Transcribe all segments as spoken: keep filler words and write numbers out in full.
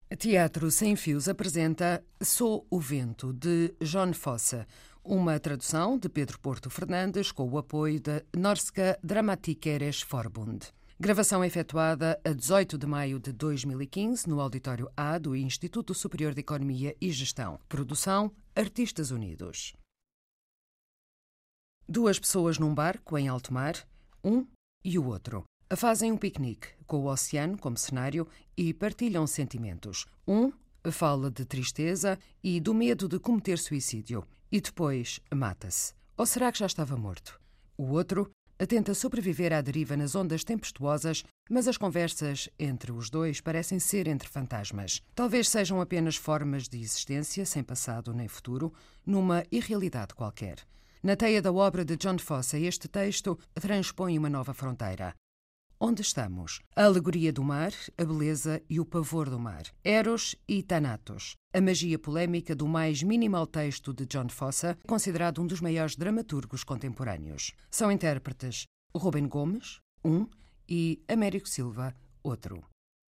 Teatro Sem Fios apresenta Sou o Vento, de John Fosse, uma tradução de Pedro Porto Fernandes com o apoio da Norska Dramatikeres Forbund. Gravação efetuada a dezoito de maio de dois mil e quinze no Auditório A do Instituto Superior de Economia e Gestão. Produção Artistas Unidos. Duas pessoas num barco em alto mar, um e o outro. Fazem um piquenique, com o oceano como cenário, e partilham sentimentos. Um fala de tristeza e do medo de cometer suicídio, e depois mata-se. Ou será que já estava morto? O outro tenta sobreviver à deriva nas ondas tempestuosas, mas as conversas entre os dois parecem ser entre fantasmas. Talvez sejam apenas formas de existência, sem passado nem futuro, numa irrealidade qualquer. Na teia da obra de John Fosse, este texto transpõe uma nova fronteira. Onde estamos? A alegoria do mar, a beleza e o pavor do mar. Eros e Thanatos. A magia polémica do mais minimal texto de John Fosse, considerado um dos maiores dramaturgos contemporâneos. São intérpretes Rubem Gomes, um, e Américo Silva, outro.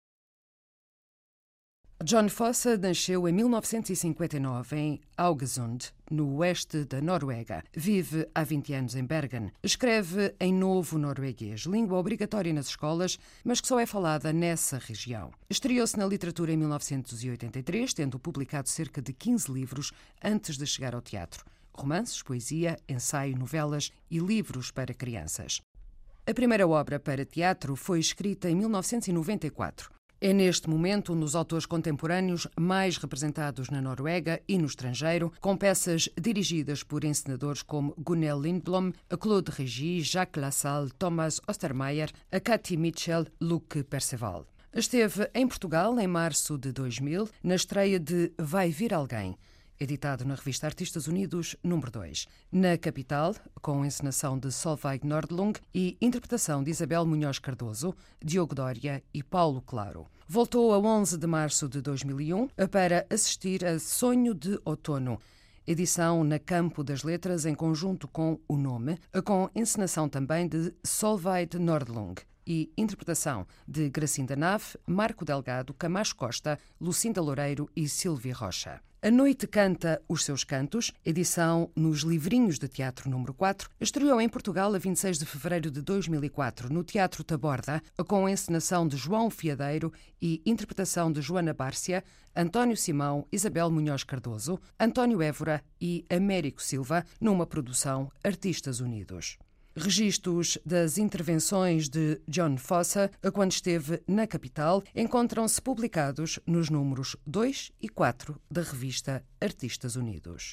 John Fosse nasceu em mil novecentos e cinquenta e nove em Haugesund, no oeste da Noruega. Vive há vinte anos em Bergen. Escreve em novo norueguês, língua obrigatória nas escolas, mas que só é falada nessa região. Estreou-se na literatura em mil novecentos e oitenta e três, tendo publicado cerca de quinze livros antes de chegar ao teatro. Romances, poesia, ensaio, novelas e livros para crianças. A primeira obra para teatro foi escrita em mil novecentos e noventa e quatro. É neste momento um dos autores contemporâneos mais representados na Noruega e no estrangeiro, com peças dirigidas por encenadores como Gunnel Lindblom, Claude Régis, Jacques Lassalle, Thomas Ostermeyer, Kati Mitchell, Luc Perceval. Esteve em Portugal em março de dois mil, na estreia de Vai Vir Alguém, editado na revista Artistas Unidos, número dois. Na capital, com encenação de Solveig Nordlund e interpretação de Isabel Munhoz Cardoso, Diogo Dória e Paulo Claro. Voltou a onze de março de dois mil e um para assistir a Sonho de Outono, edição na Campo das Letras em conjunto com O Nome, com encenação também de Solveig Nordlund e interpretação de Gracinda Nave, Marco Delgado, Camacho Costa, Lucinda Loureiro e Silvia Rocha. A Noite Canta os Seus Cantos, edição nos Livrinhos de Teatro número quatro, estreou em Portugal a vinte e seis de fevereiro de dois mil e quatro no Teatro Taborda, com encenação de João Fiadeiro e interpretação de Joana Bárcia, António Simão, Isabel Munhoz Cardoso, António Évora e Américo Silva, numa produção Artistas Unidos. Registros das intervenções de John Fosse, quando esteve na capital, encontram-se publicados nos números dois e quatro da revista Artistas Unidos.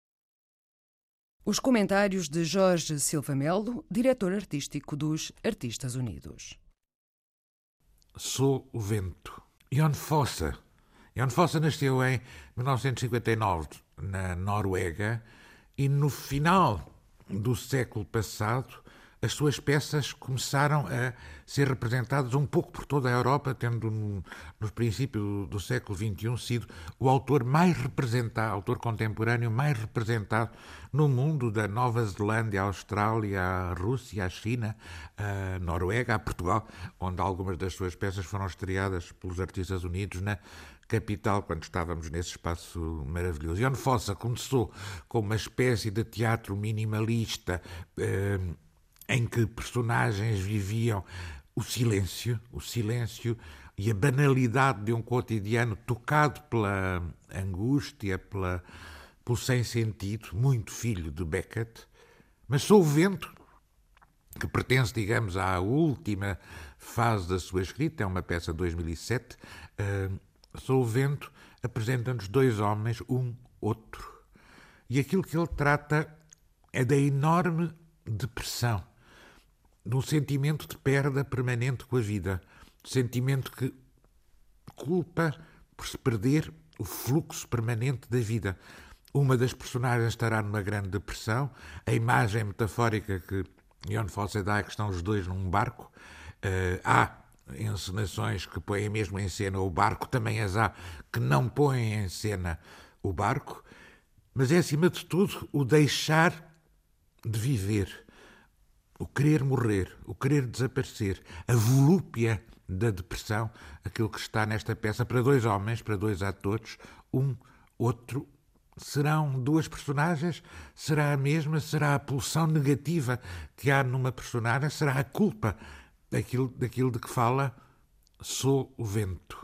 Os comentários de Jorge Silva Melo, diretor artístico dos Artistas Unidos. Sou o Vento. John Fosse. John Fosse nasceu em mil novecentos e cinquenta e nove na Noruega e no final do século passado, as suas peças começaram a ser representadas um pouco por toda a Europa, tendo no, no princípio do século vinte e um sido o autor mais representado, autor contemporâneo mais representado no mundo, da Nova Zelândia à Austrália, à Rússia, à China, à Noruega, a Portugal, onde algumas das suas peças foram estreadas pelos Artistas Unidos na capital, quando estávamos nesse espaço maravilhoso. John Fosse começou com uma espécie de teatro minimalista, eh, em que personagens viviam o silêncio, o silêncio e a banalidade de um cotidiano tocado pela angústia, pela, pelo sem-sentido, muito filho de Beckett. Mas Sou o Vento, que pertence, digamos, à última fase da sua escrita, é uma peça de dois mil e sete, eh, Sou o Vento apresenta-nos dois homens, um, outro. E aquilo que ele trata é da enorme depressão, de um sentimento de perda permanente com a vida, sentimento que culpa por se perder o fluxo permanente da vida. Uma das personagens estará numa grande depressão. A imagem metafórica que John Fosse dá é que estão os dois num barco. Uh, há encenações que põem mesmo em cena o barco, também as há que não põem em cena o barco, mas é acima de tudo o deixar de viver, o querer morrer, o querer desaparecer, a volúpia da depressão, aquilo que está nesta peça para dois homens, para dois atores, um, outro. Serão duas personagens? Será a mesma? Será a pulsão negativa que há numa personagem? Será a culpa daquilo, daquilo de que fala? Sou o vento.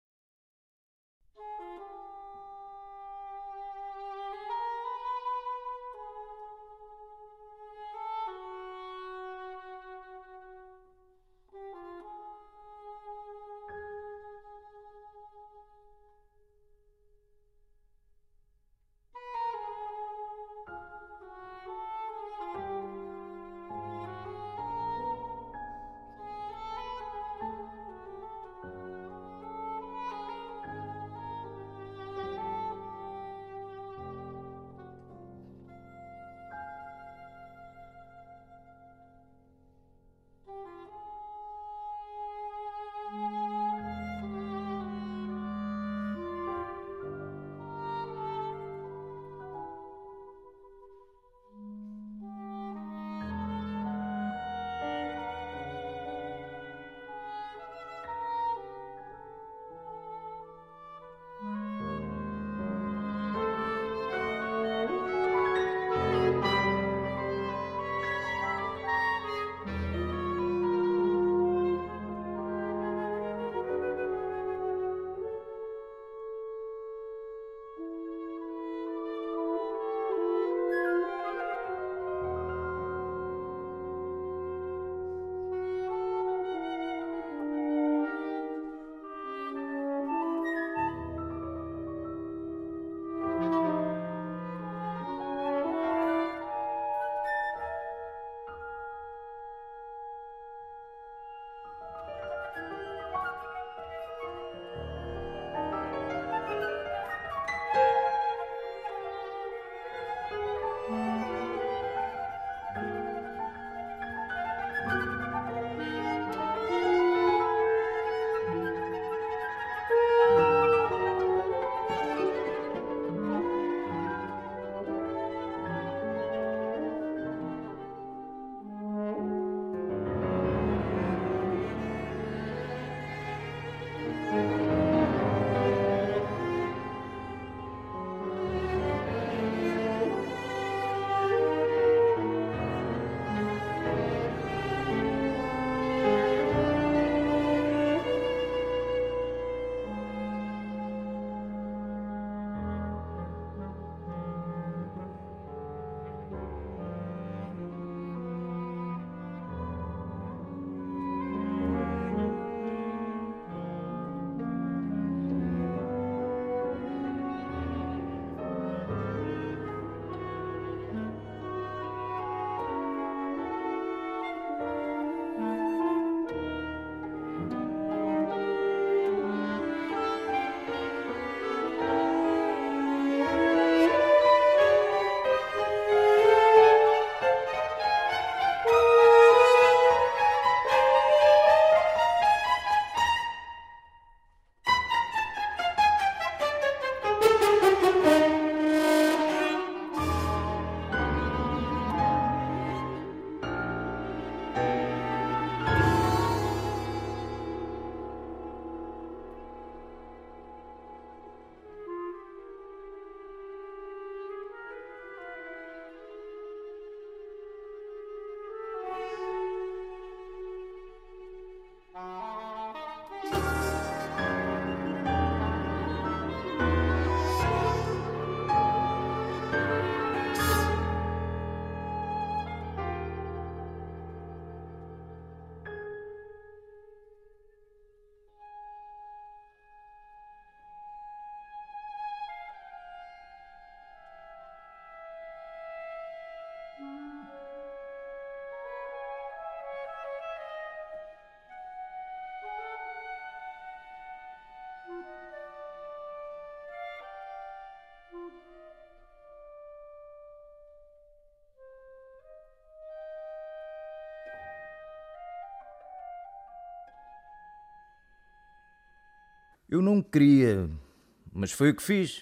Eu não queria, mas foi o que fiz.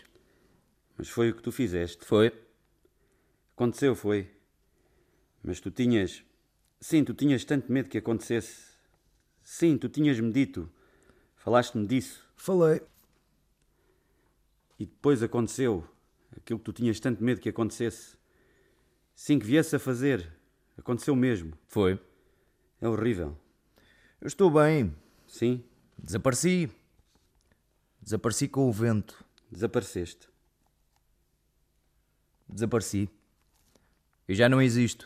Mas foi o que tu fizeste. Foi. Aconteceu, foi. Mas tu tinhas... Sim, tu tinhas tanto medo que acontecesse. Sim, tu tinhas-me dito. Falaste-me disso. Falei. E depois aconteceu aquilo que tu tinhas tanto medo que acontecesse. Sim, que viesse a fazer. Aconteceu mesmo. Foi. É horrível. Eu estou bem. Sim, Desapareci. Desapareci com o vento. desapareceste. Desapareci. Eu já não existo.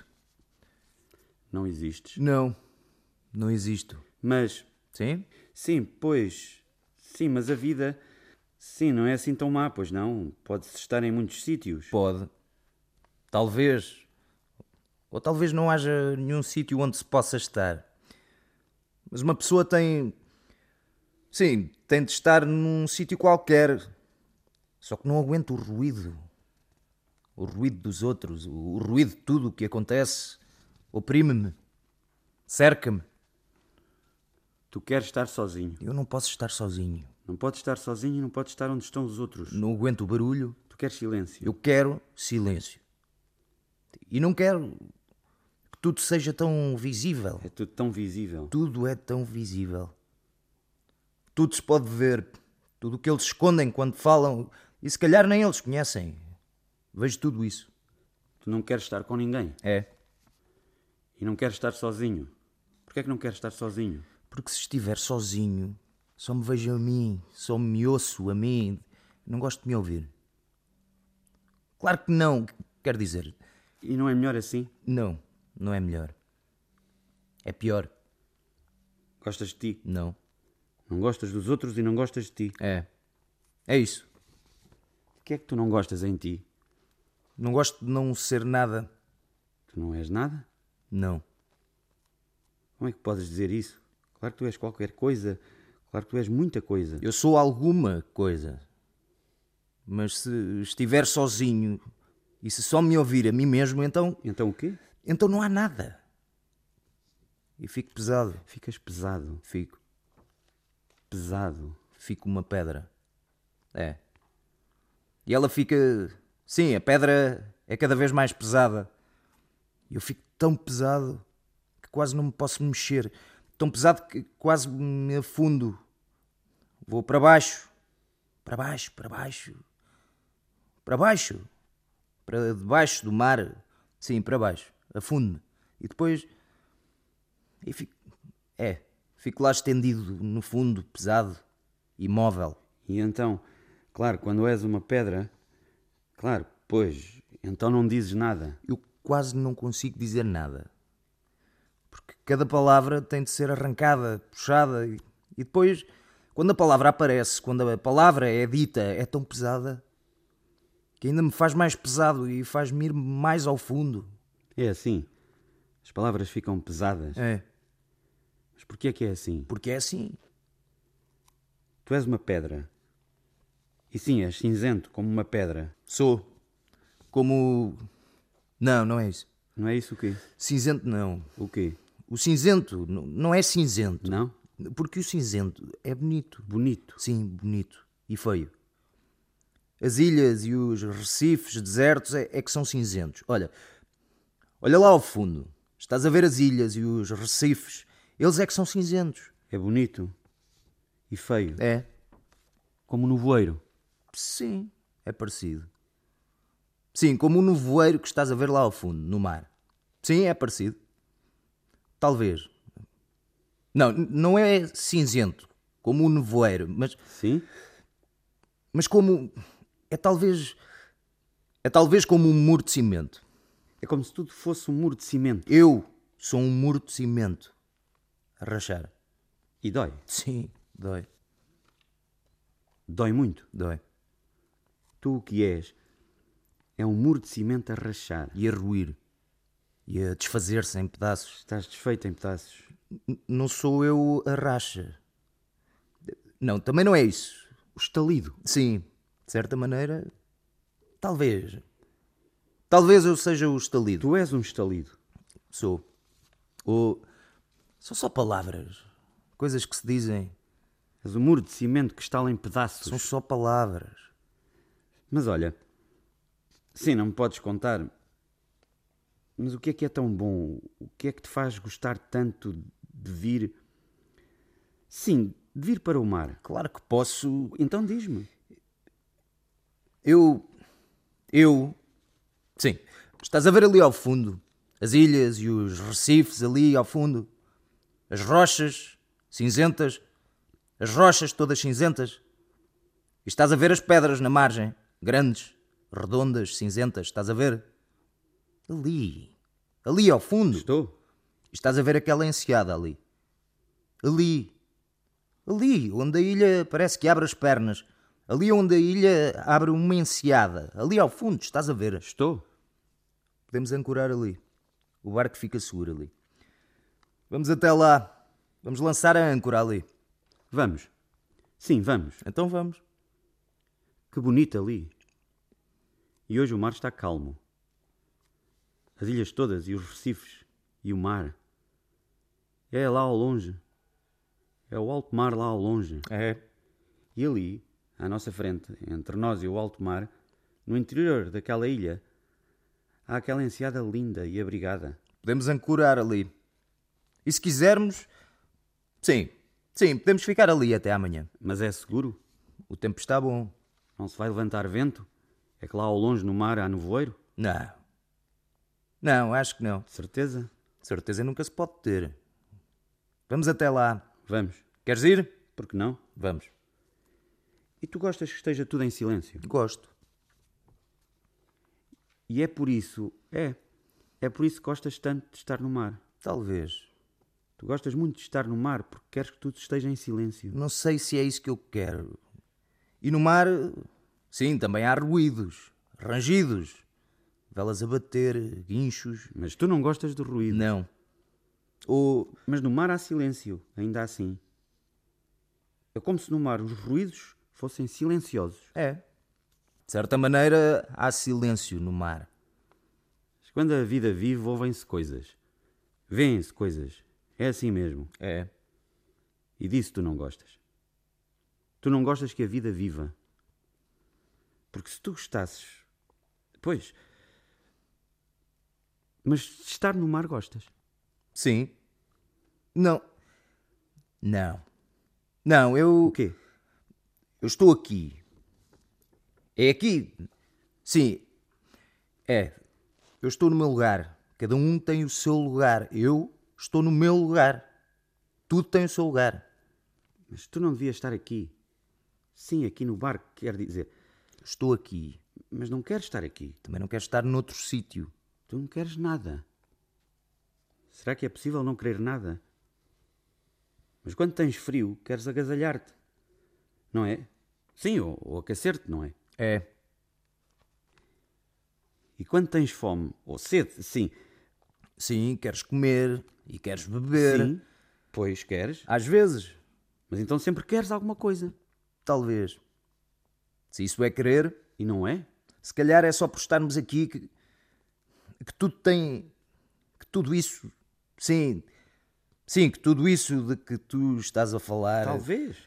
Não existes. Não. Não existo. Mas, Sim? sim, pois... Sim, mas a vida... Sim, não é assim tão má, pois não. Pode-se estar em muitos sítios. Pode. Talvez. Ou talvez não haja nenhum sítio onde se possa estar. Mas uma pessoa tem... Sim, tem de estar num sítio qualquer. Só que não aguento o ruído. O ruído dos outros. O ruído de tudo o que acontece. Oprime-me. Cerca-me. Tu queres estar sozinho. Eu não posso estar sozinho. Não podes estar sozinho e não podes estar onde estão os outros. Não aguento o barulho. Tu queres silêncio. Eu quero silêncio. E não quero que tudo seja tão visível. É tudo tão visível. Tudo é tão visível. Tudo se pode ver. Tudo o que eles escondem quando falam. E se calhar nem eles conhecem. Vejo tudo isso. Tu não queres estar com ninguém. É. E não queres estar sozinho. Porquê é que não queres estar sozinho? Porque se estiver sozinho, só me vejo a mim. Só me ouço a mim. Não gosto de me ouvir. Claro que não. Quer dizer, E não é melhor assim? não. Não é melhor. É pior. Gostas de ti. Não. Não gostas dos outros e não gostas de ti. É. É isso. O que é que tu não gostas em ti? Não gosto de não ser nada. Tu não és nada? Não. Como é que podes dizer isso? Claro que tu és qualquer coisa. Claro que tu és muita coisa. Eu sou alguma coisa. Mas se estiver sozinho e se só me ouvir a mim mesmo, então, Então o quê? então não há nada. E fico pesado. Ficas pesado. Fico. Pesado. Fico uma pedra. É. E ela fica... Sim, a pedra é cada vez mais pesada. E eu fico tão pesado que quase não me posso mexer. Tão pesado que quase me afundo. Vou para baixo. Para baixo, para baixo. Para baixo. Para debaixo do mar. Sim, para baixo. Afundo-me. E depois... E fico... É. Fico lá estendido no fundo, pesado, imóvel. E então, claro, quando és uma pedra... Claro, pois, então não dizes nada. Eu quase não consigo dizer nada. Porque cada palavra tem de ser arrancada, puxada. E, e depois, quando a palavra aparece, quando a palavra é dita, é tão pesada que ainda me faz mais pesado e faz-me ir mais ao fundo. É assim. As palavras ficam pesadas. É, Mas porquê é que é assim? porque é assim. Tu és uma pedra. E sim, és cinzento como uma pedra. Sou. Como... Não, não é isso. Não é isso o quê? Cinzento não. O quê? O cinzento n- não é cinzento. Não? Porque o cinzento é bonito. Bonito. Sim, bonito e feio. As ilhas e os recifes desertos é, é que são cinzentos. Olha, olha lá ao fundo. Estás a ver as ilhas e os recifes. Eles é que são cinzentos. É bonito. E feio. É? Como no voeiro. Sim, é parecido. Sim, como o nevoeiro que estás a ver lá ao fundo, no mar. Sim, é parecido. Talvez. Não, n- não é cinzento, como o nevoeiro, mas... Sim? Mas como... É talvez... É talvez como um muro de cimento. É como se tudo fosse um muro de cimento. Eu sou um muro de cimento. A rachar. E dói. Sim, dói. Dói muito. Dói. Tu o que és é um muro de cimento a rachar. E a ruir. E a desfazer-se em pedaços. Estás desfeito em pedaços. N- não sou eu a racha. Não, também não é isso. O estalido. Sim, de certa maneira, talvez. Talvez eu seja o estalido. Tu és um estalido. Sou. Ou são só palavras. Coisas que se dizem. És um muro de cimento que estala em pedaços. São só palavras. Mas olha, sim, não me podes contar, mas o que é que é tão bom? O que é que te faz gostar tanto de vir Sim, de vir para o mar. Claro que posso. Então diz-me. Eu. Eu. Sim. Estás a ver ali ao fundo as ilhas e os recifes ali ao fundo? As rochas cinzentas. As rochas todas cinzentas. E estás a ver as pedras na margem, grandes, redondas, cinzentas. Estás a ver? Ali. Ali ao fundo. Estou. E estás a ver aquela enseada ali. Ali. Ali, onde a ilha parece que abre as pernas. Ali onde a ilha abre uma enseada. Ali ao fundo, estás a ver? Estou. Podemos ancorar ali. O barco fica seguro ali. Vamos até lá. Vamos lançar a âncora ali. Vamos. Sim, vamos. Então vamos. Que bonito ali. E hoje o mar está calmo. As ilhas todas e os recifes e o mar. É lá ao longe. É o alto mar lá ao longe. É. E ali, à nossa frente, entre nós e o alto mar, no interior daquela ilha, há aquela enseada linda e abrigada. Podemos ancorar ali. E se quisermos... Sim, sim, podemos ficar ali até amanhã. Mas é seguro? O tempo está bom. Não se vai levantar vento? É que lá ao longe no mar há nevoeiro? Não. Não, acho que não. De certeza? Certeza nunca se pode ter. Vamos até lá. Vamos. Queres ir? Por que não? Vamos. E tu gostas que esteja tudo em silêncio? Gosto. E é por isso, é, é por isso que gostas tanto de estar no mar. Talvez. Tu gostas muito de estar no mar porque queres que tudo esteja em silêncio. Não sei se é isso que eu quero. E no mar, sim, também há ruídos, rangidos, velas a bater, guinchos. Mas tu não gostas de ruído. Não. Ou... Mas no mar há silêncio, ainda assim. É como se no mar os ruídos fossem silenciosos. É. De certa maneira, há silêncio no mar. Mas quando a vida vive, ouvem-se coisas. Vêem-se coisas. É assim mesmo. É. E disso tu não gostas. Tu não gostas que a vida viva. Porque se tu gostasses... Pois... Mas de estar no mar gostas. Sim. Não. Não. Não, eu... O quê? Eu estou aqui. É aqui. Sim. É. Eu estou no meu lugar. Cada um tem o seu lugar. Eu estou no meu lugar. Tudo tem o seu lugar. Mas tu não devias estar aqui. Sim, aqui no barco, quer dizer. Estou aqui. Mas não queres estar aqui. Também não quero estar noutro sítio. Tu não queres nada. Será que é possível não querer nada? Mas quando tens frio, queres agasalhar-te. Não é? Sim, ou, ou aquecer-te, não é? É. E quando tens fome, ou sede, sim. Sim, queres comer e queres beber. Sim, pois queres. Às vezes. Mas então sempre queres alguma coisa. Talvez. Se isso é querer, E não é? se calhar é só por estarmos aqui que, que tudo tem... Que tudo isso... Sim, sim, que tudo isso de que tu estás a falar... Talvez.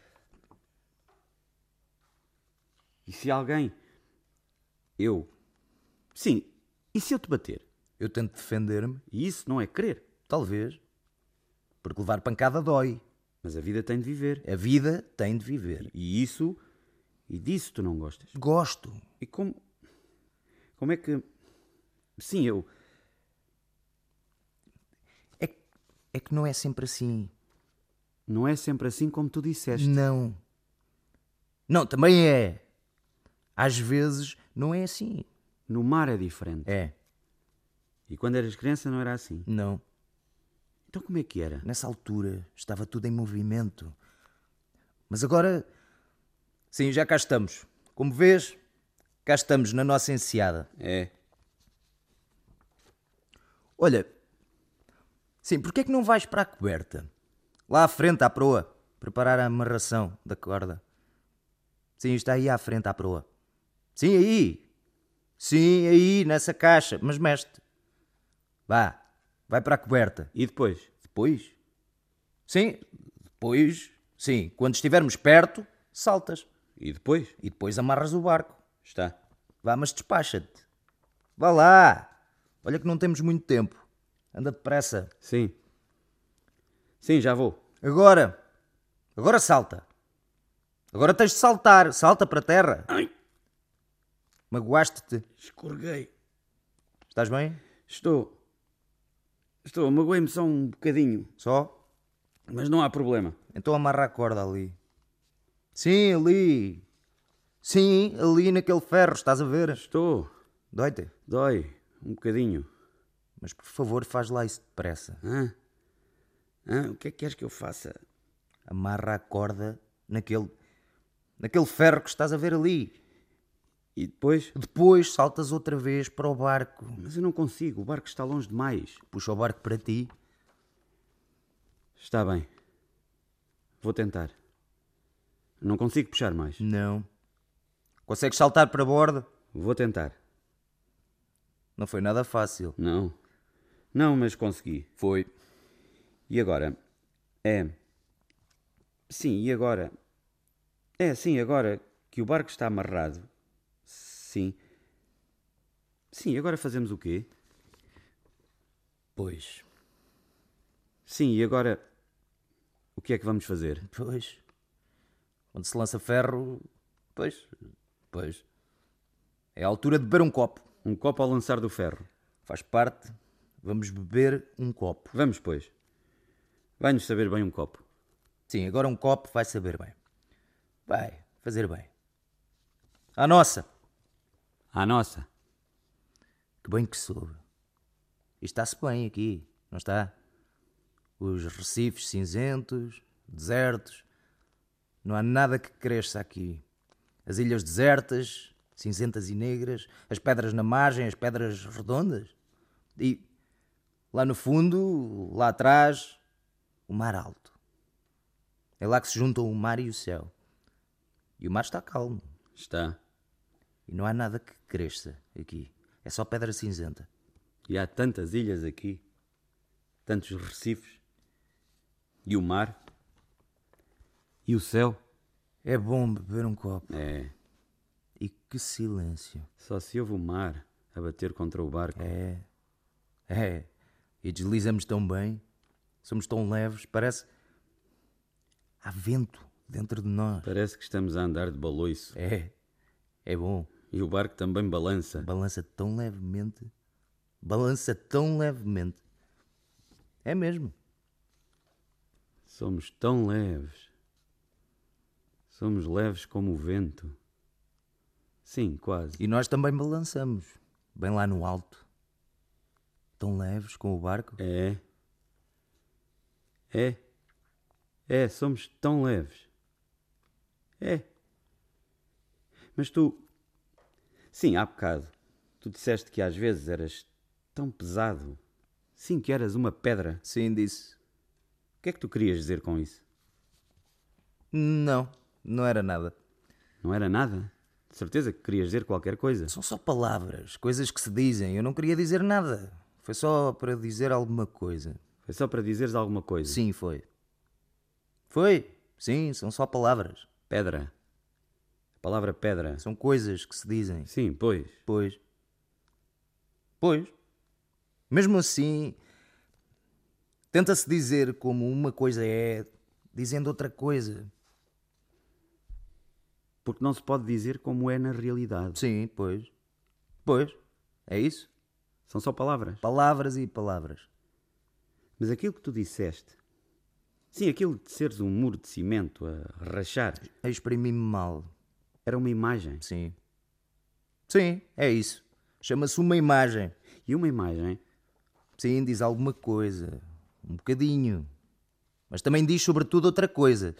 E se alguém... Eu... Sim, e se eu te bater? Eu tento defender-me, E isso não é querer. talvez, porque levar pancada dói. Mas a vida tem de viver. A vida tem de viver. E isso... E disso tu não gostas. Gosto. E como... Como é que... Sim, eu... É, é que não é sempre assim. Não é sempre assim como tu disseste. Não. Não, também é. Às vezes não é assim. No mar é diferente. É. E quando eras criança não era assim. Não. Então como é que era? Nessa altura estava tudo em movimento. Mas agora... Sim, já cá estamos. Como vês, cá estamos na nossa enseada. É. Olha, sim, porquê é que não vais para a coberta? Lá à frente, à proa. Preparar a amarração da corda. Sim, está aí à frente, à proa. Sim, aí. Sim, aí, nessa caixa. Mas mexe. Vá, vai para a coberta. E depois? Depois? Sim, depois, sim. Quando estivermos perto, saltas. E depois? E depois amarras o barco. Está. Vá, mas despacha-te. Vá lá. Olha que não temos muito tempo. Anda depressa. Sim. Sim, já vou. Agora. Agora salta. Agora tens de saltar. Salta para a terra. Ai, Magoaste-te. escorreguei. Estás bem? Estou. Estou, magoei-me só um bocadinho. Só? Mas não há problema. Então amarra a corda ali. Sim, ali. Sim, ali naquele ferro, estás a ver? Estou. Dói-te. Dói. Um bocadinho. Mas por favor, faz lá isso depressa. Hã? Hã? O que é que queres que eu faça? Amarra a corda naquele, naquele ferro que estás a ver ali. E depois? Depois saltas outra vez para o barco. Mas eu não consigo. O barco está longe demais. Puxa o barco para ti. Está bem. Vou tentar. Não consigo puxar mais. Não. Consegues saltar para bordo? Vou tentar. Não foi nada fácil. Não. Não, mas consegui. Foi. E agora? É. Sim, e agora? É, sim, agora que o barco está amarrado. Sim. Sim, agora fazemos o quê? Pois. Sim, e agora? O que é que vamos fazer? Pois. Quando se lança ferro... Pois. Pois. É a altura de beber um copo. Um copo ao lançar do ferro. Faz parte. Vamos beber um copo. Vamos, pois. Vai-nos saber bem um copo. Sim, agora um copo vai saber bem. Vai fazer bem. À nossa. À nossa. Que bem que soube. Isto está-se bem aqui, não está? Os recifes cinzentos, desertos. Não há nada que cresça aqui. As ilhas desertas, cinzentas e negras, as pedras na margem, as pedras redondas. E lá no fundo, lá atrás, o mar alto. É lá que se juntam o mar e o céu. E o mar está calmo. Está. E não há nada que cresça aqui. É só pedra cinzenta. E há tantas ilhas aqui. Tantos recifes. E o mar. E o céu. É bom beber um copo. É. E que silêncio. Só se ouve o mar a bater contra o barco. É. É. E deslizamos tão bem. Somos tão leves. Parece... Há vento dentro de nós. Parece que estamos a andar de baloiço. É. É bom. E o barco também balança. Balança tão levemente. Balança tão levemente. É mesmo. Somos tão leves. Somos leves como o vento. Sim, quase. E nós também balançamos. Bem lá no alto. Tão leves com o barco. É. É. É, somos tão leves. É. Mas tu... Sim, há bocado. Tu disseste que às vezes eras tão pesado. Sim, que eras uma pedra. Sim, disse. O que é que tu querias dizer com isso? Não, não era nada. Não era nada? De certeza que querias dizer qualquer coisa. São só palavras, coisas que se dizem. Eu não queria dizer nada. Foi só para dizer alguma coisa. Foi só para dizeres alguma coisa. Sim, foi. Foi. Sim, são só palavras. Pedra. A palavra pedra. São coisas que se dizem. Sim, pois. Pois. Pois. Mesmo assim, tenta-se dizer como uma coisa é, dizendo outra coisa. Porque não se pode dizer como é na realidade. Sim, pois. Pois. É isso? São só palavras. Palavras e palavras. Mas aquilo que tu disseste... Sim, aquilo de seres um muro de cimento a rachar... Exprimi-me mal. Era uma imagem. Sim. Sim, é isso. Chama-se uma imagem. E uma imagem... Sim, diz alguma coisa. Um bocadinho. Mas também diz sobretudo outra coisa.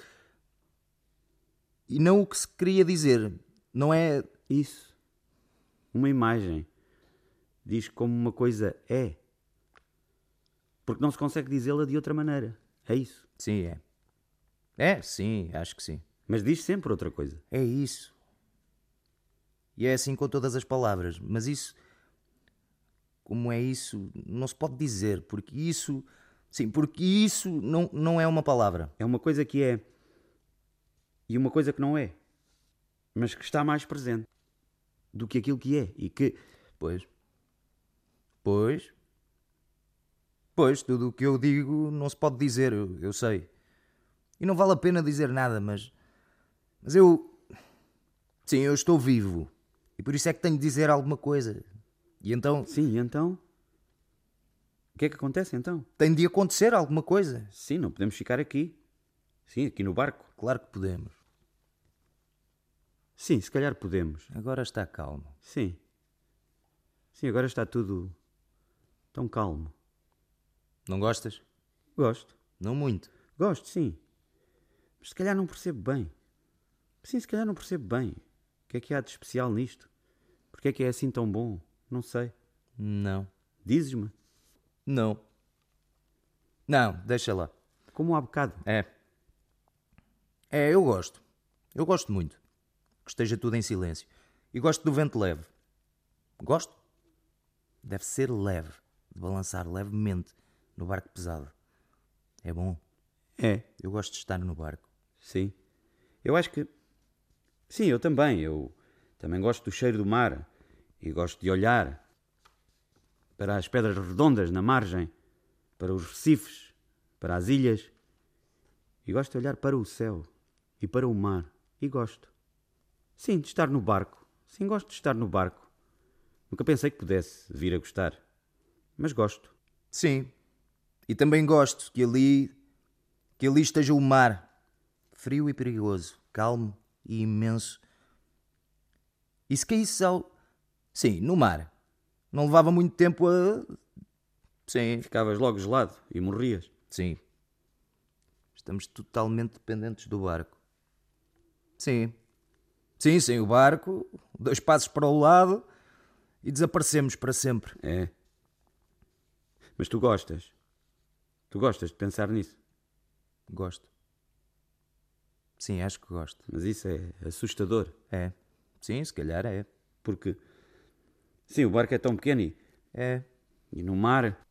E não o que se queria dizer. Não é... Isso. Uma imagem. Diz como uma coisa é. Porque não se consegue dizê-la de outra maneira. É isso. Sim, é. É, sim, acho que sim. Mas diz sempre outra coisa. É isso. E é assim com todas as palavras. Mas isso... Como é isso, não se pode dizer. Porque isso... Sim, porque isso não, não é uma palavra. É uma coisa que é... E uma coisa que não é. Mas que está mais presente. Do que aquilo que é. E que... Pois. Pois. Pois, tudo o que eu digo não se pode dizer, eu, eu sei. E não vale a pena dizer nada, mas... Mas eu... Sim, eu estou vivo. E por isso é que tenho de dizer alguma coisa. E então... Sim, e então? O que é que acontece então? Tem de acontecer alguma coisa. Sim, não podemos ficar aqui. Sim, aqui no barco. Claro que podemos. Sim, se calhar podemos. Agora está calmo. Sim. Sim, agora está tudo tão calmo. Não gostas? Gosto. Não muito. Gosto, sim. Mas se calhar não percebo bem. Sim, se calhar não percebo bem. O que é que há de especial nisto? Porque é que é assim tão bom? Não sei. Não. Dizes-me? Não. Não, deixa lá. Como há bocado. É. É, eu gosto. Eu gosto muito. Que esteja tudo em silêncio. E gosto do vento leve. Gosto. Deve ser leve. De balançar levemente no barco pesado. É bom. É. Eu gosto de estar no barco. Sim. Eu acho que... Sim, eu também. Eu também gosto do cheiro do mar. E gosto de olhar para as pedras redondas na margem, para os recifes, para as ilhas. E gosto de olhar para o céu e para o mar. E gosto. Sim, de estar no barco. Sim, gosto de estar no barco. Nunca pensei que pudesse vir a gostar. Mas gosto. Sim. E também gosto que ali... Que ali esteja o mar. Frio e perigoso. Calmo e imenso. E se caísse ao... Sim, no mar. Não levava muito tempo a... Sim. Ficavas logo gelado e morrias. Sim. Estamos totalmente dependentes do barco. Sim. Sim, sem o barco, dois passos para o lado e desaparecemos para sempre. É. Mas tu gostas. Tu gostas de pensar nisso. Gosto. Sim, acho que gosto. Mas isso é assustador. É. Sim, se calhar é. Porque, sim, o barco é tão pequeno e, É. e no mar,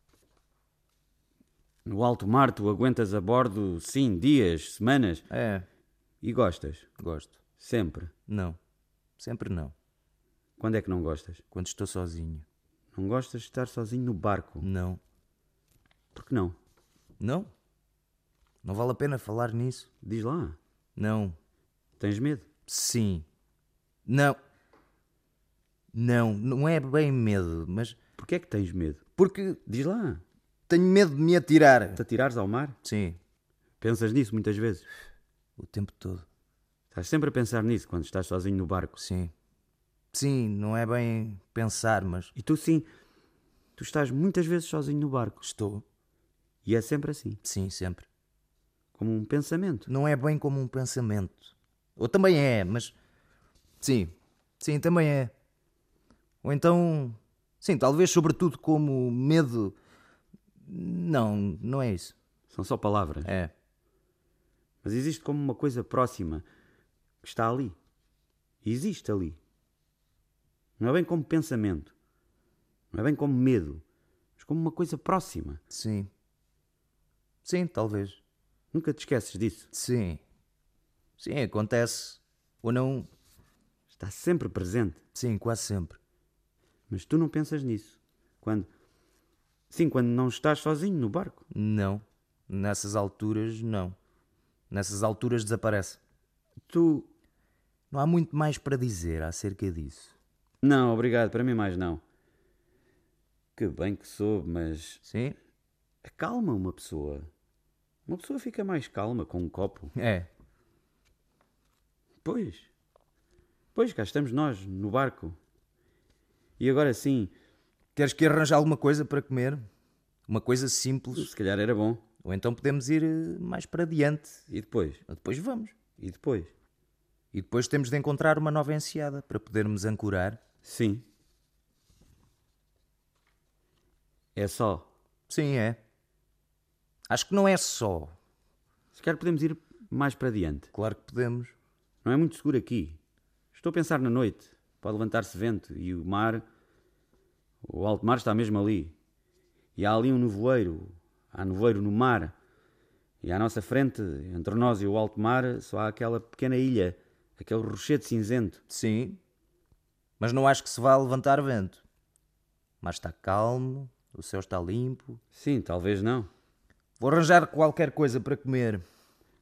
no alto mar, tu aguentas a bordo, sim, dias, semanas. É. E gostas. Gosto. Sempre. Não. Sempre não. Quando é que não gostas? Quando estou sozinho. Não gostas de estar sozinho no barco. Não. Por que não? Não. Não vale a pena falar nisso. Diz lá. Não. Tens medo? Sim. Não. Não. Não é bem medo, mas... Porquê é que tens medo? Porque Diz lá. tenho medo de me atirar. Te atirares ao mar? Sim. Pensas nisso muitas vezes? O tempo todo. Estás sempre a pensar nisso quando estás sozinho no barco. Sim. Sim, não é bem pensar, mas E tu sim, tu estás muitas vezes sozinho no barco. estou. E é sempre assim, Sim, sempre. como um pensamento. Não é bem como um pensamento. Ou também é, mas... Sim. Sim, também é. Ou então... Sim, talvez sobretudo como medo... Não, não é isso. São só palavras. É. Mas existe como uma coisa próxima que está ali. Existe ali. Não é bem como pensamento. Não é bem como medo. Mas como uma coisa próxima. Sim. Sim, talvez. Nunca te esqueces disso. Sim. Sim, acontece. Ou não... Está sempre presente. Sim, quase sempre. Mas tu não pensas nisso. Quando... Sim, quando não estás sozinho no barco. Não. Nessas alturas, não. Nessas alturas desaparece. Tu... Não há muito mais para dizer acerca disso. Não, obrigado. Para mim mais não. Que bem que soube, mas... Sim? Acalma uma pessoa. Uma pessoa fica mais calma com um copo. É. Pois. Pois, cá estamos nós, no barco. E agora sim, Queres que arranje alguma coisa para comer? Uma coisa simples? se calhar era bom. Ou então podemos ir eh, mais para diante. E depois? Depois vamos. E depois? E depois temos de encontrar uma nova enseada para podermos ancorar. Sim. É só. Sim, é. Acho que não é só. Se calhar podemos ir mais para diante. Claro que podemos. Não é muito seguro aqui. Estou a pensar na noite. Pode levantar-se vento e o mar... O alto mar está mesmo ali. E há ali um nevoeiro. Há nevoeiro no mar. E à nossa frente, entre nós e o alto mar, só há aquela pequena ilha. Aquele rochedo cinzento. Sim. Mas não acho que se vá levantar vento. Mas está calmo, o céu está limpo. Sim, talvez não. Vou arranjar qualquer coisa para comer.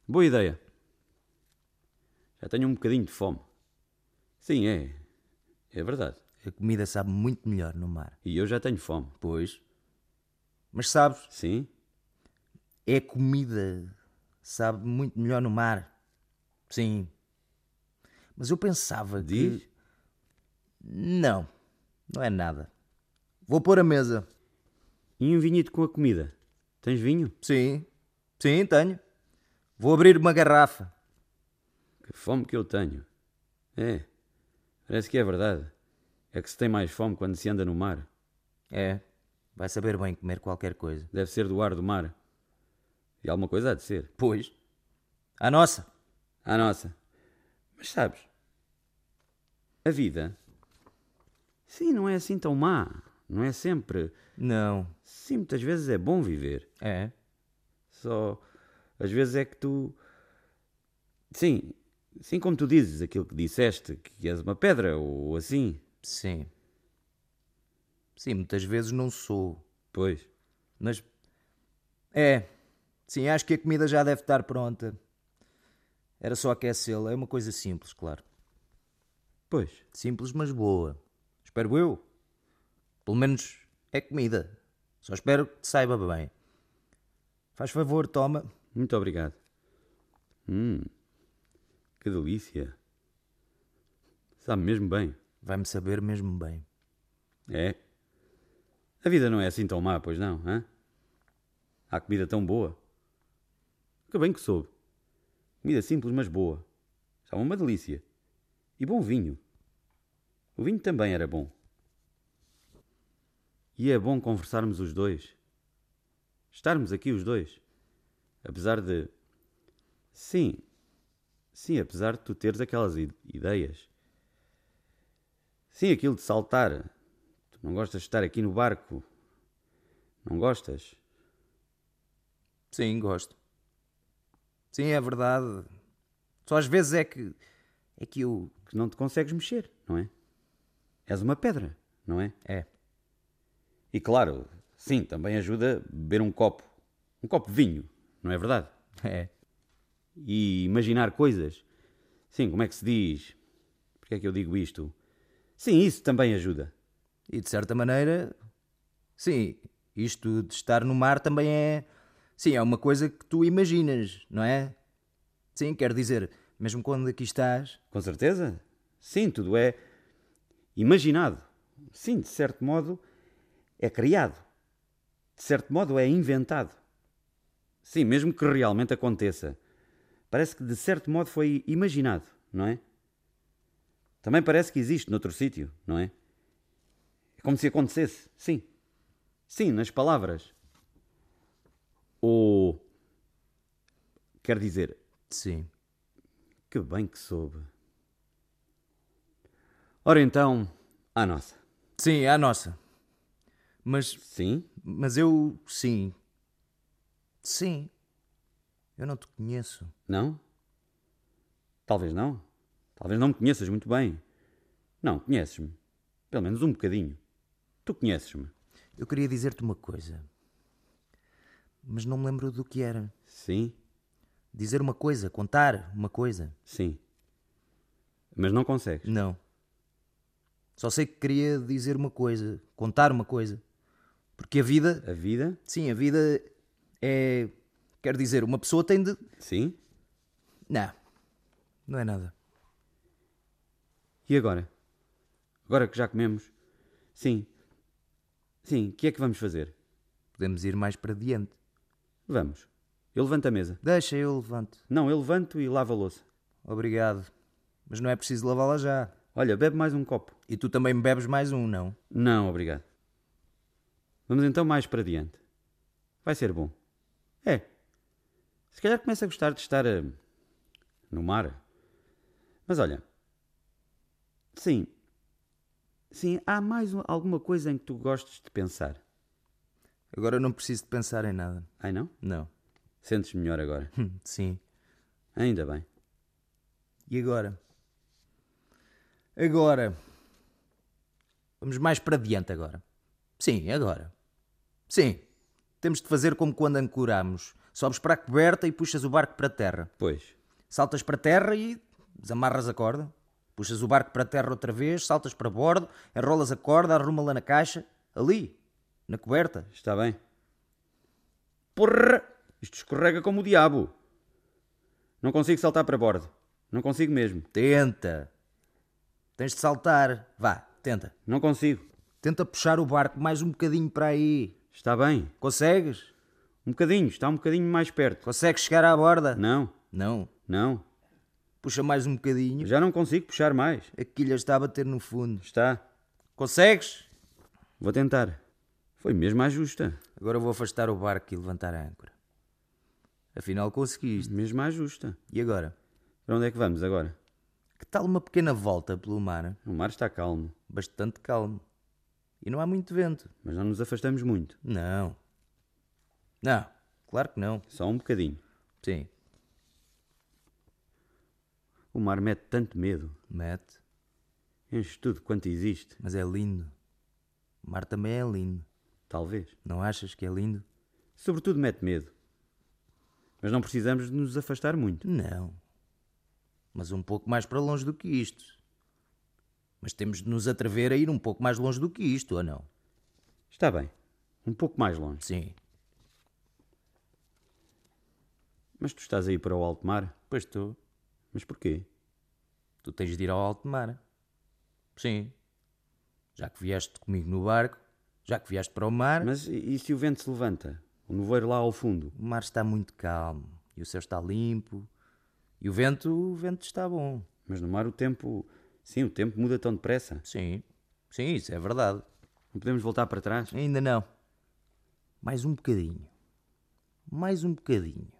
Boa ideia. Já tenho um bocadinho de fome. Sim, é. É verdade. A comida sabe muito melhor no mar. E eu já tenho fome. Pois. Mas sabes, Sim? é a comida sabe muito melhor no mar. Sim. Mas eu pensava Diz? que... Não, não é nada. Vou pôr a mesa. E um vinhito com a comida? Tens vinho? Sim, sim, tenho. Vou abrir uma garrafa. Que fome que eu tenho. É. Parece que é verdade. É que se tem mais fome quando se anda no mar. É, vai saber bem comer qualquer coisa. Deve ser do ar do mar. E alguma coisa há de ser. Pois. A nossa. À nossa. Mas sabes, a vida, sim, não é assim tão má. Não é sempre. Não. Sim, muitas vezes é bom viver. É. Só, às vezes é que tu... Sim, sim, como tu dizes, aquilo que disseste, que és uma pedra, ou assim. Sim. Sim, muitas vezes não sou. Pois. Mas... É. Sim, acho que a comida já deve estar pronta. Era só aquecê-la. É uma coisa simples, claro. Pois. Simples, mas boa. Espero eu. Pelo menos é comida. Só espero que te saiba bem. Faz favor, toma. Muito obrigado. Hum, que delícia. Sabe mesmo bem. Vai-me saber mesmo bem. É. A vida não é assim tão má, pois não, hã? Há comida tão boa. Que bem que soube. Comida simples, mas boa. Estava uma delícia. E bom vinho. O vinho também era bom. E é bom conversarmos os dois. Estarmos aqui os dois. Apesar de... Sim. Sim, apesar de tu teres aquelas ideias. Sim, aquilo de saltar. Tu não gostas de estar aqui no barco. Não gostas? Sim, gosto. Sim, é verdade. Só às vezes é que... É que eu... Que não te consegues mexer, não é? És uma pedra, não é? É. E claro, sim, também ajuda beber um copo. Um copo de vinho, não é verdade? É. E imaginar coisas. Sim, como é que se diz? Porquê é que eu digo isto? Sim, isso também ajuda. E de certa maneira... Sim, isto de estar no mar também é... Sim, é uma coisa que tu imaginas, não é? Sim, quer dizer, mesmo quando aqui estás... Com certeza? Sim, tudo é imaginado. Sim, de certo modo é criado. De certo modo é inventado. Sim, mesmo que realmente aconteça. Parece que de certo modo foi imaginado, não é? Também parece que existe noutro sítio, não é? É como se acontecesse, sim. Sim, nas palavras. Ou... Quer dizer... Sim. Que bem que soube. Ora então, à nossa. Sim, é a nossa. Mas... Sim? Mas eu... Sim. Sim. Eu não te conheço. Não? Talvez não. Talvez não me conheças muito bem. Não, conheces-me. Pelo menos um bocadinho. Tu conheces-me. Eu queria dizer-te uma coisa. Mas não me lembro do que era. Sim? Dizer uma coisa, contar uma coisa. Sim. Mas não consegues. Não. Só sei que queria dizer uma coisa, contar uma coisa. Porque a vida... A vida? Sim, a vida é... Quer dizer, uma pessoa tem de... Sim? Não. Não é nada. E agora? Agora que já comemos? Sim. Sim, o que é que vamos fazer? Podemos ir mais para diante. Vamos. Eu levanto a mesa. Deixa, eu levanto. Não, eu levanto e lavo a louça. Obrigado. Mas não é preciso lavá-la já. Olha, bebe mais um copo. E tu também me bebes mais um, não? Não, obrigado. Vamos então mais para diante. Vai ser bom. É. Se calhar começo a gostar de estar uh, no mar. Mas olha. Sim. Sim, há mais um- alguma coisa em que tu gostes de pensar. Agora eu não preciso de pensar em nada. Ai não? Não. Sentes melhor agora. Hum, Sim. Ainda bem. E agora? Agora. Vamos mais para diante agora. Sim, agora. Sim. Temos de fazer como quando ancoramos. Sobes para a coberta e puxas o barco para terra. Pois. Saltas para terra e desamarras a corda. Puxas o barco para terra outra vez, saltas para bordo, enrolas a corda, arruma-la na caixa. Ali, na coberta. Está bem. Porra! Isto escorrega como o diabo. Não consigo saltar para bordo. Não consigo mesmo. Tenta. Tens de saltar. Vá, tenta. Não consigo. Tenta puxar o barco mais um bocadinho para aí. Está bem. Consegues? Um bocadinho. Está um bocadinho mais perto. Consegues chegar à borda? Não. Não. Não. Puxa mais um bocadinho. Já não consigo puxar mais. A quilha está a bater no fundo. Está. Consegues? Vou tentar. Foi mesmo à justa. Agora vou afastar o barco e levantar a âncora. Afinal conseguiste. Mesmo à justa. E agora? Para onde é que vamos agora? Que tal uma pequena volta pelo mar? O mar está calmo, Bastante calmo. E não há muito vento. mas não nos afastamos muito. Não. Não. Claro que não. Só um bocadinho. Sim. O mar mete tanto medo. Mete. Enche tudo quanto existe. Mas é lindo. O mar também é lindo. Talvez. Não achas que é lindo? Sobretudo mete medo. Mas não precisamos de nos afastar muito. Não. Mas um pouco mais para longe do que isto. Mas temos de nos atrever a ir um pouco mais longe do que isto, ou não? Está bem. Um pouco mais longe. Sim. Mas tu estás aí para o alto mar? Pois estou. Mas porquê? Tu tens de ir ao alto mar. Sim. Já que vieste comigo no barco, já que vieste para o mar... Mas e, e se o vento se levanta? O nevoeiro lá ao fundo? O mar está muito calmo. E o céu está limpo. E o vento, o vento está bom. Mas no mar o tempo... Sim, o tempo muda tão depressa. Sim. Sim, isso é verdade. Não podemos voltar para trás? Ainda não. Mais um bocadinho. Mais um bocadinho.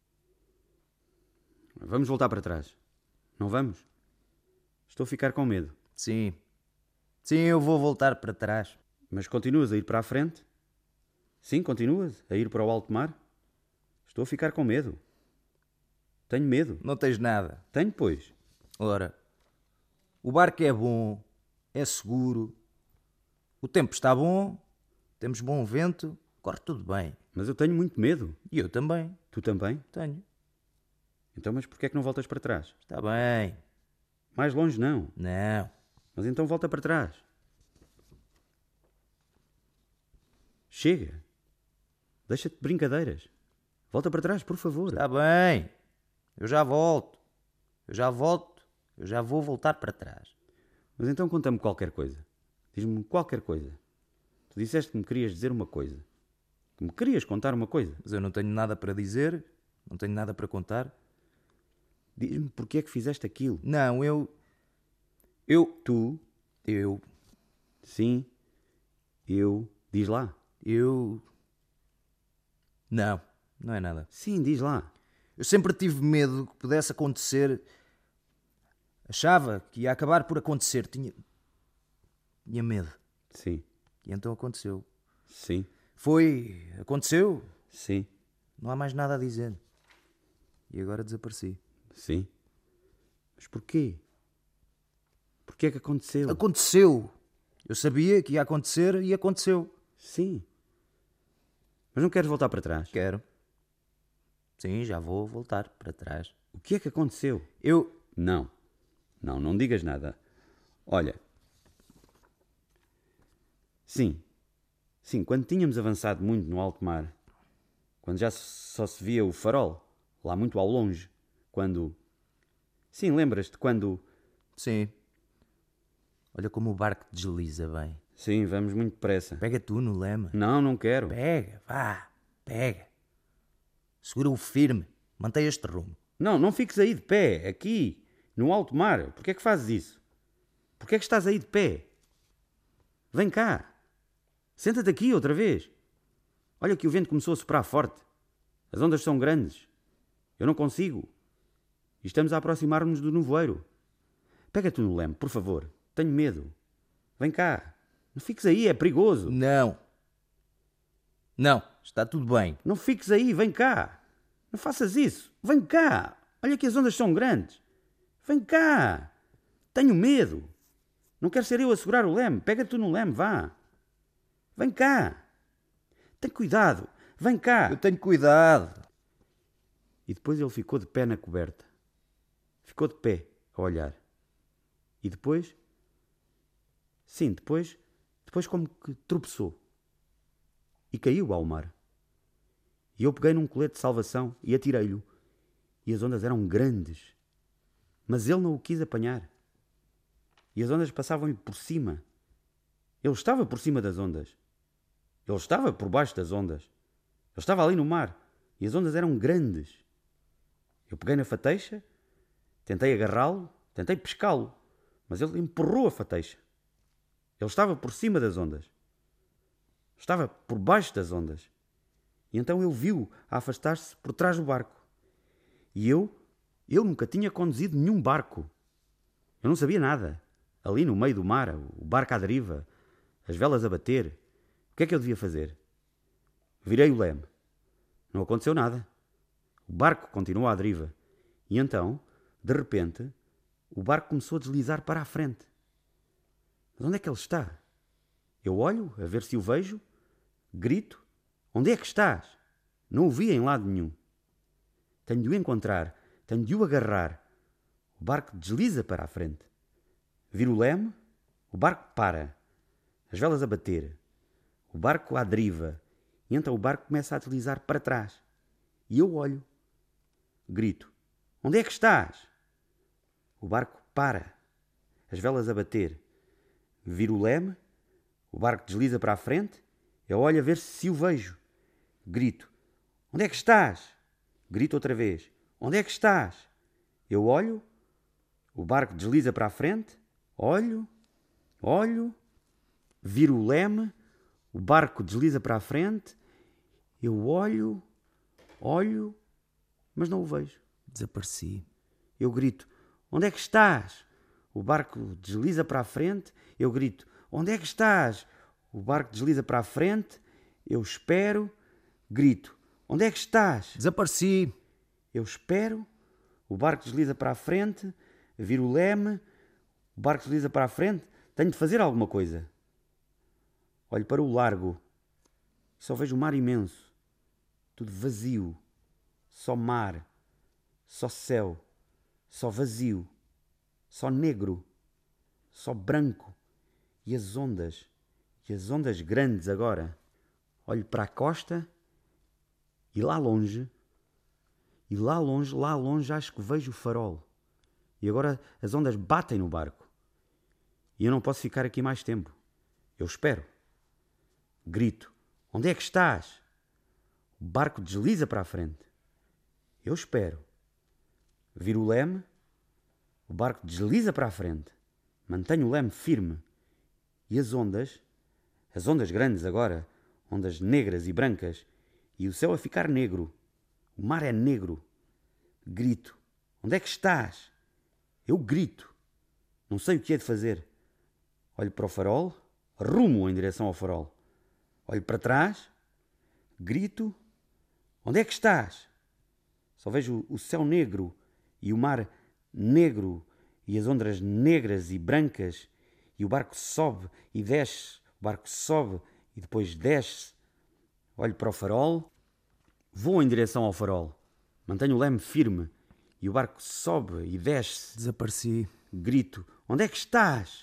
Vamos voltar para trás. Não vamos? Estou a ficar com medo. Sim. Sim, eu vou voltar para trás. Mas continuas a ir para a frente? Sim, continuas a ir para o alto mar? Estou a ficar com medo. Tenho medo. Não tens nada. Tenho, pois. Ora, o barco é bom, é seguro, o tempo está bom, temos bom vento, corre tudo bem. Mas eu tenho muito medo. E eu também Tu também? tenho. Então, mas porquê é que não voltas para trás? Está bem. Mais longe não. Não. Mas então volta para trás. Chega. Deixa-te de brincadeiras. Volta para trás, por favor. Está bem. Eu já volto. Eu já volto. Eu já vou voltar para trás. Mas então conta-me qualquer coisa. Diz-me qualquer coisa. Tu disseste que me querias dizer uma coisa. Que me querias contar uma coisa. Mas eu não tenho nada para dizer, não tenho nada para contar. Diz-me porque é que fizeste aquilo. Não, eu... Eu, tu, Eu... sim, eu, diz lá. Eu... Não, não é nada. Sim, diz lá. Eu sempre tive medo que pudesse acontecer. Achava que ia acabar por acontecer. Tinha... Tinha medo. Sim, E então aconteceu. sim, Foi... Aconteceu. sim, Não há mais nada a dizer. E agora desapareci. sim. Mas porquê? Porquê é que aconteceu? Aconteceu. Eu sabia que ia acontecer e aconteceu. Sim. Mas não queres voltar para trás? Quero. Sim, já vou voltar para trás. O que é que aconteceu? Eu... Não. Não, não digas nada. Olha. Sim. Sim, quando tínhamos avançado muito no alto mar, quando já só se via o farol, lá muito ao longe, quando... Sim, lembras-te quando... Sim. Olha como o barco desliza bem. Sim, vamos muito depressa. Pega tu no lema. Não, não quero. Pega, vá. Pega. Segura-o firme. Mantém este rumo. Não, não fiques aí de pé, aqui, no alto mar. Porquê é que fazes isso? Porquê é que estás aí de pé? Vem cá. Senta-te aqui outra vez. Olha que o vento começou a soprar forte. As ondas são grandes. Eu não consigo. E estamos a aproximar-nos do nevoeiro. Pega tu no leme, por favor. Tenho medo. Vem cá. Não fiques aí, é perigoso. Não. Não. Está tudo bem. Não fiques aí, vem cá. Não faças isso. Vem cá. Olha que as ondas são grandes. Vem cá. Tenho medo. Não quero ser eu a segurar o leme. Pega tu no leme, vá. Vem cá. Tem cuidado. Vem cá. Eu tenho cuidado. E depois ele ficou de pé na coberta. Ficou de pé a olhar. E depois... Sim, depois... Depois como que tropeçou. E caiu ao mar. E eu peguei num colete de salvação e atirei-lhe. E as ondas eram grandes. Mas ele não o quis apanhar. E as ondas passavam-lhe por cima. Ele estava por cima das ondas. Ele estava por baixo das ondas. Ele estava ali no mar. E as ondas eram grandes. Eu peguei na fateixa, tentei agarrá-lo, tentei pescá-lo, mas ele empurrou a fateixa. Ele estava por cima das ondas. Estava por baixo das ondas. E então eu vi-o a afastar-se por trás do barco. E eu, eu nunca tinha conduzido nenhum barco. Eu não sabia nada. Ali no meio do mar, o barco à deriva, as velas a bater. O que é que eu devia fazer? Virei o leme. Não aconteceu nada. O barco continuou à deriva. E então, de repente, o barco começou a deslizar para a frente. Mas onde é que ele está? Eu olho a ver se o vejo, grito: onde é que estás? Não o vi em lado nenhum. Tenho de o encontrar, tenho de o agarrar. O barco desliza para a frente. Viro o leme, o barco para. As velas a bater. O barco à deriva. E então o barco começa a deslizar para trás. E eu olho. Grito: onde é que estás? O barco para. As velas a bater. Viro o leme. O barco desliza para a frente. Eu olho a ver se o vejo. Grito: onde é que estás? Grito outra vez: onde é que estás? Eu olho. O barco desliza para a frente. Olho. Olho. Viro o leme. O barco desliza para a frente. Eu olho. Olho. Mas não o vejo. Desapareci. Eu grito: onde é que estás? O barco desliza para a frente. Eu grito: onde é que estás? O barco desliza para a frente. Eu espero. Grito: onde é que estás? Desapareci. Eu espero. O barco desliza para a frente. Viro o leme. O barco desliza para a frente. Tenho de fazer alguma coisa. Olho para o largo. Só vejo o mar imenso. Tudo vazio. Só mar. Só céu. Só vazio. Só negro. Só branco. E as ondas. E as ondas grandes agora. Olho para a costa. E lá longe. E lá longe, lá longe acho que vejo o farol. E agora as ondas batem no barco. E eu não posso ficar aqui mais tempo. Eu espero. Grito: onde é que estás? O barco desliza para a frente. Eu espero. Viro o leme. O barco desliza para a frente. Mantenho o leme firme. E as ondas, as ondas grandes agora, ondas negras e brancas, e o céu a ficar negro. O mar é negro. Grito: onde é que estás? Eu grito. Não sei o que é de fazer. Olho para o farol, rumo em direção ao farol. Olho para trás, grito: onde é que estás? Só vejo o céu negro e o mar negro e as ondas negras e brancas, e o barco sobe e desce, o barco sobe e depois desce. Olho para o farol, vou em direção ao farol, mantenho o leme firme e o barco sobe e desce. Desapareci. Grito: onde é que estás?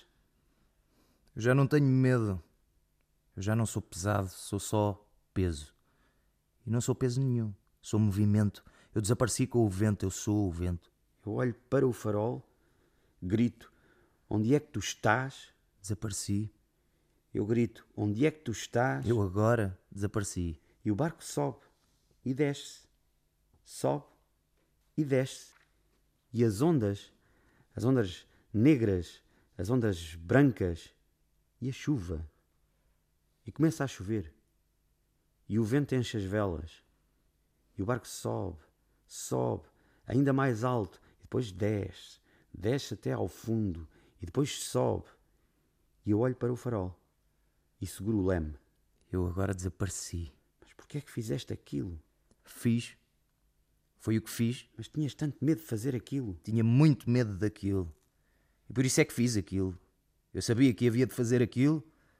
Eu já não tenho medo. Eu já não sou pesado, sou só peso. E não sou peso nenhum, sou movimento. Eu desapareci com o vento, eu sou o vento. Eu olho para o farol, grito: onde é que tu estás? Desapareci. Eu grito: onde é que tu estás? Eu agora desapareci. E o barco sobe e desce, sobe e desce. E as ondas, as ondas negras, as ondas brancas e a chuva. E começa a chover. E o vento enche as velas. E o barco sobe, sobe, ainda mais alto. E depois desce, desce até ao fundo. E depois sobe. E eu olho para o farol e seguro o leme. Eu agora desapareci. Mas porquê é que fizeste aquilo? Fiz. Foi o que fiz. Mas tinhas tanto medo de fazer aquilo. Tinha muito medo daquilo. E por isso é que fiz aquilo. Eu sabia que havia de fazer aquilo.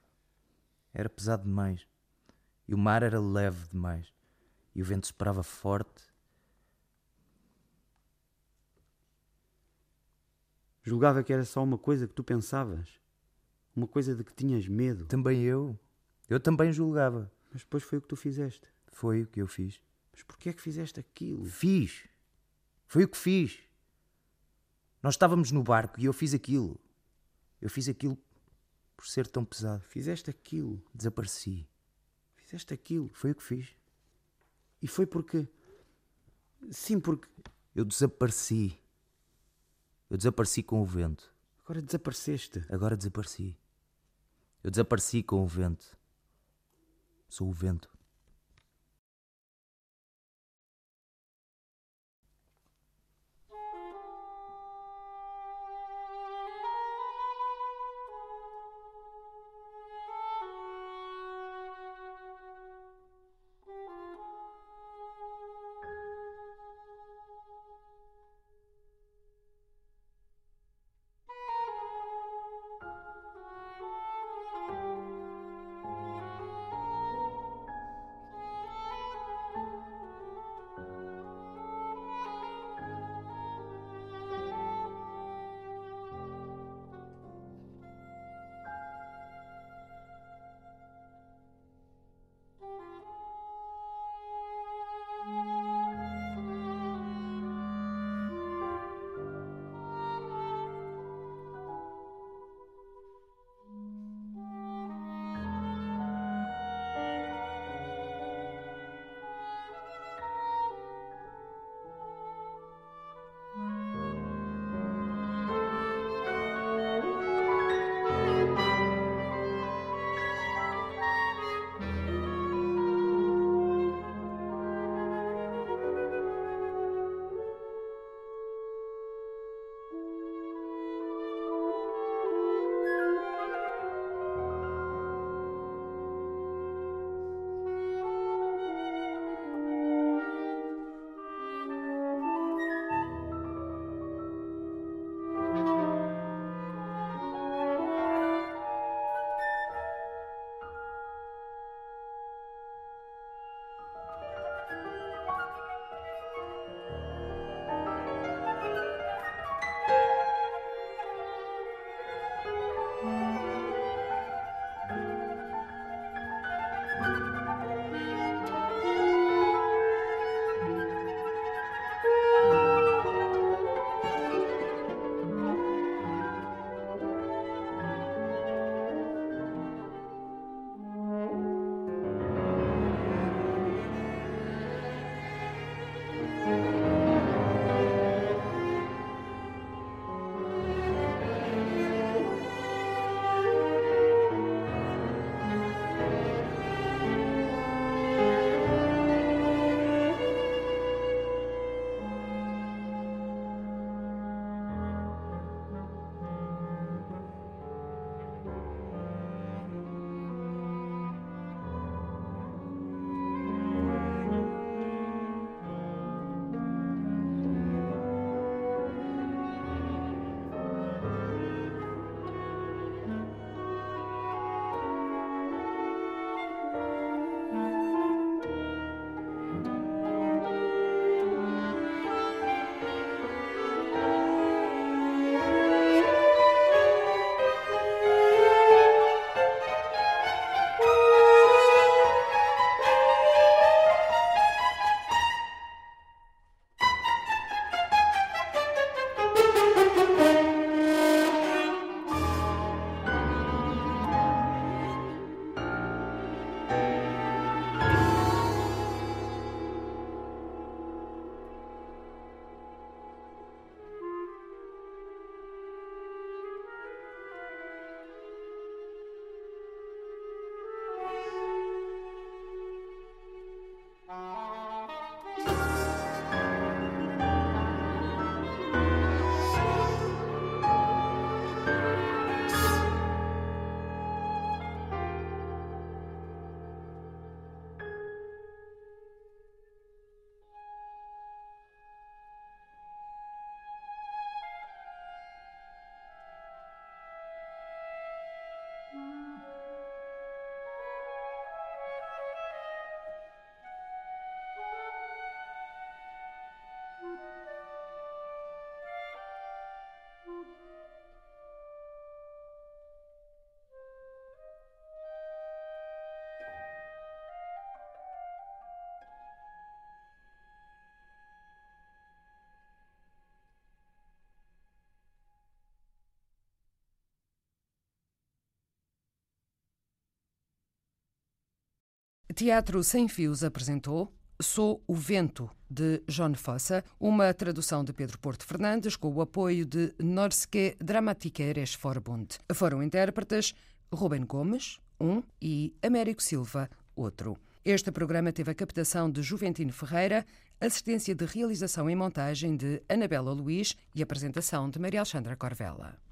Era pesado demais. E o mar era leve demais. E o vento soprava forte. Julgava que era só uma coisa que tu pensavas. Uma coisa de que tinhas medo. Também eu. Eu também julgava. Mas depois foi o que tu fizeste. Foi o que eu fiz. Mas porquê é que fizeste aquilo? Fiz. Foi o que fiz. Nós estávamos no barco e eu fiz aquilo. Eu fiz aquilo por ser tão pesado. Fizeste aquilo. Desapareci. Fizeste aquilo. Foi o que fiz. E foi porque... Sim, porque... Eu desapareci. Eu desapareci com o vento. Agora desapareceste. Agora desapareci. Eu desapareci com o vento. Sou o vento. Teatro Sem Fios apresentou Sou o Vento, de Jon Fosse, uma tradução de Pedro Porto Fernandes com o apoio de Norske Dramatikeres Forbund. Foram intérpretes Ruben Gomes, um, e Américo Silva, outro. Este programa teve a captação de Juventino Ferreira, assistência de realização e montagem de Anabela Luís e apresentação de Maria Alexandra Corvella.